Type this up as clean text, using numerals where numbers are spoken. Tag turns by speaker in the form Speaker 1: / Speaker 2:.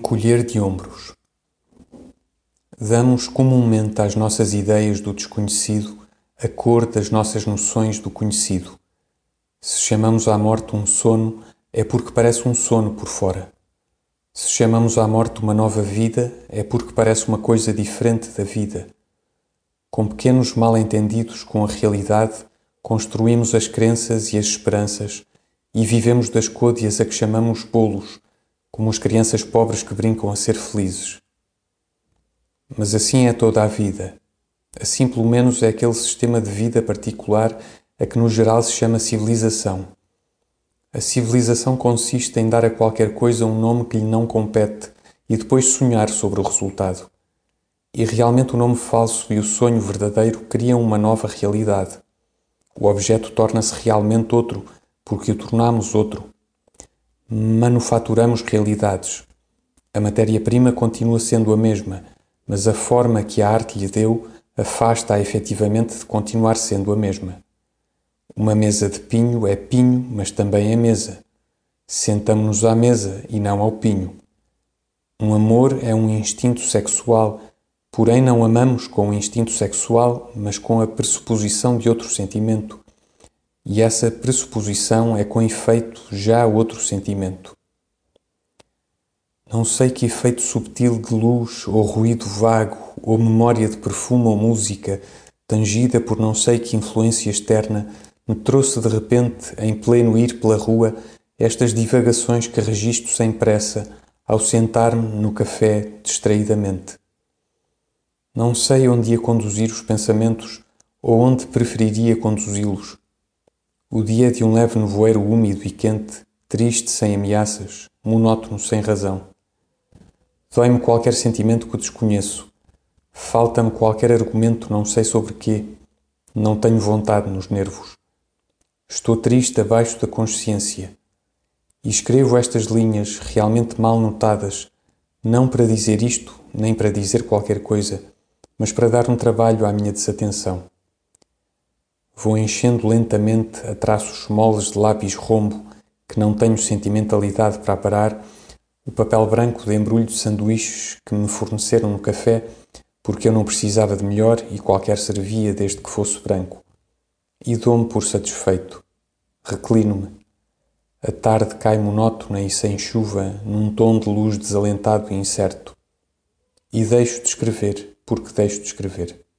Speaker 1: Encolher de ombros. Damos comumente às nossas ideias do desconhecido a cor das nossas noções do conhecido. Se chamamos à morte um sono, é porque parece um sono por fora. Se chamamos à morte uma nova vida, é porque parece uma coisa diferente da vida. Com pequenos mal-entendidos com a realidade, construímos as crenças e as esperanças e vivemos das côdeas a que chamamos bolos, como as crianças pobres que brincam a ser felizes. Mas assim é toda a vida. Assim, pelo menos, é aquele sistema de vida particular a que no geral se chama civilização. A civilização consiste em dar a qualquer coisa um nome que lhe não compete e depois sonhar sobre o resultado. E realmente o nome falso e o sonho verdadeiro criam uma nova realidade. O objeto torna-se realmente outro porque o tornamos outro. Manufaturamos realidades. A matéria-prima continua sendo a mesma, mas a forma que a arte lhe deu afasta-a efetivamente de continuar sendo a mesma. Uma mesa de pinho é pinho, mas também é mesa. Sentamo-nos à mesa e não ao pinho. Um amor é um instinto sexual, porém não amamos com o instinto sexual, mas com a pressuposição de outro sentimento. E essa pressuposição é com efeito já outro sentimento. Não sei que efeito subtil de luz, ou ruído vago, ou memória de perfume ou música, tangida por não sei que influência externa, me trouxe de repente, em pleno ir pela rua, estas divagações que registro sem pressa, ao sentar-me no café distraidamente. Não sei onde ia conduzir os pensamentos, ou onde preferiria conduzi-los. O dia é de um leve nevoeiro úmido e quente, triste sem ameaças, monótono sem razão. Dói-me qualquer sentimento que desconheço. Falta-me qualquer argumento não sei sobre quê. Não tenho vontade nos nervos. Estou triste abaixo da consciência. E escrevo estas linhas, realmente mal notadas, não para dizer isto, nem para dizer qualquer coisa, mas para dar um trabalho à minha desatenção. Vou enchendo lentamente a traços moles de lápis rombo, que não tenho sentimentalidade para parar, o papel branco de embrulho de sanduíches que me forneceram no café, porque eu não precisava de melhor e qualquer servia desde que fosse branco. E dou-me por satisfeito. Reclino-me. A tarde cai monótona e sem chuva, num tom de luz desalentado e incerto. E deixo de escrever, porque deixo de escrever.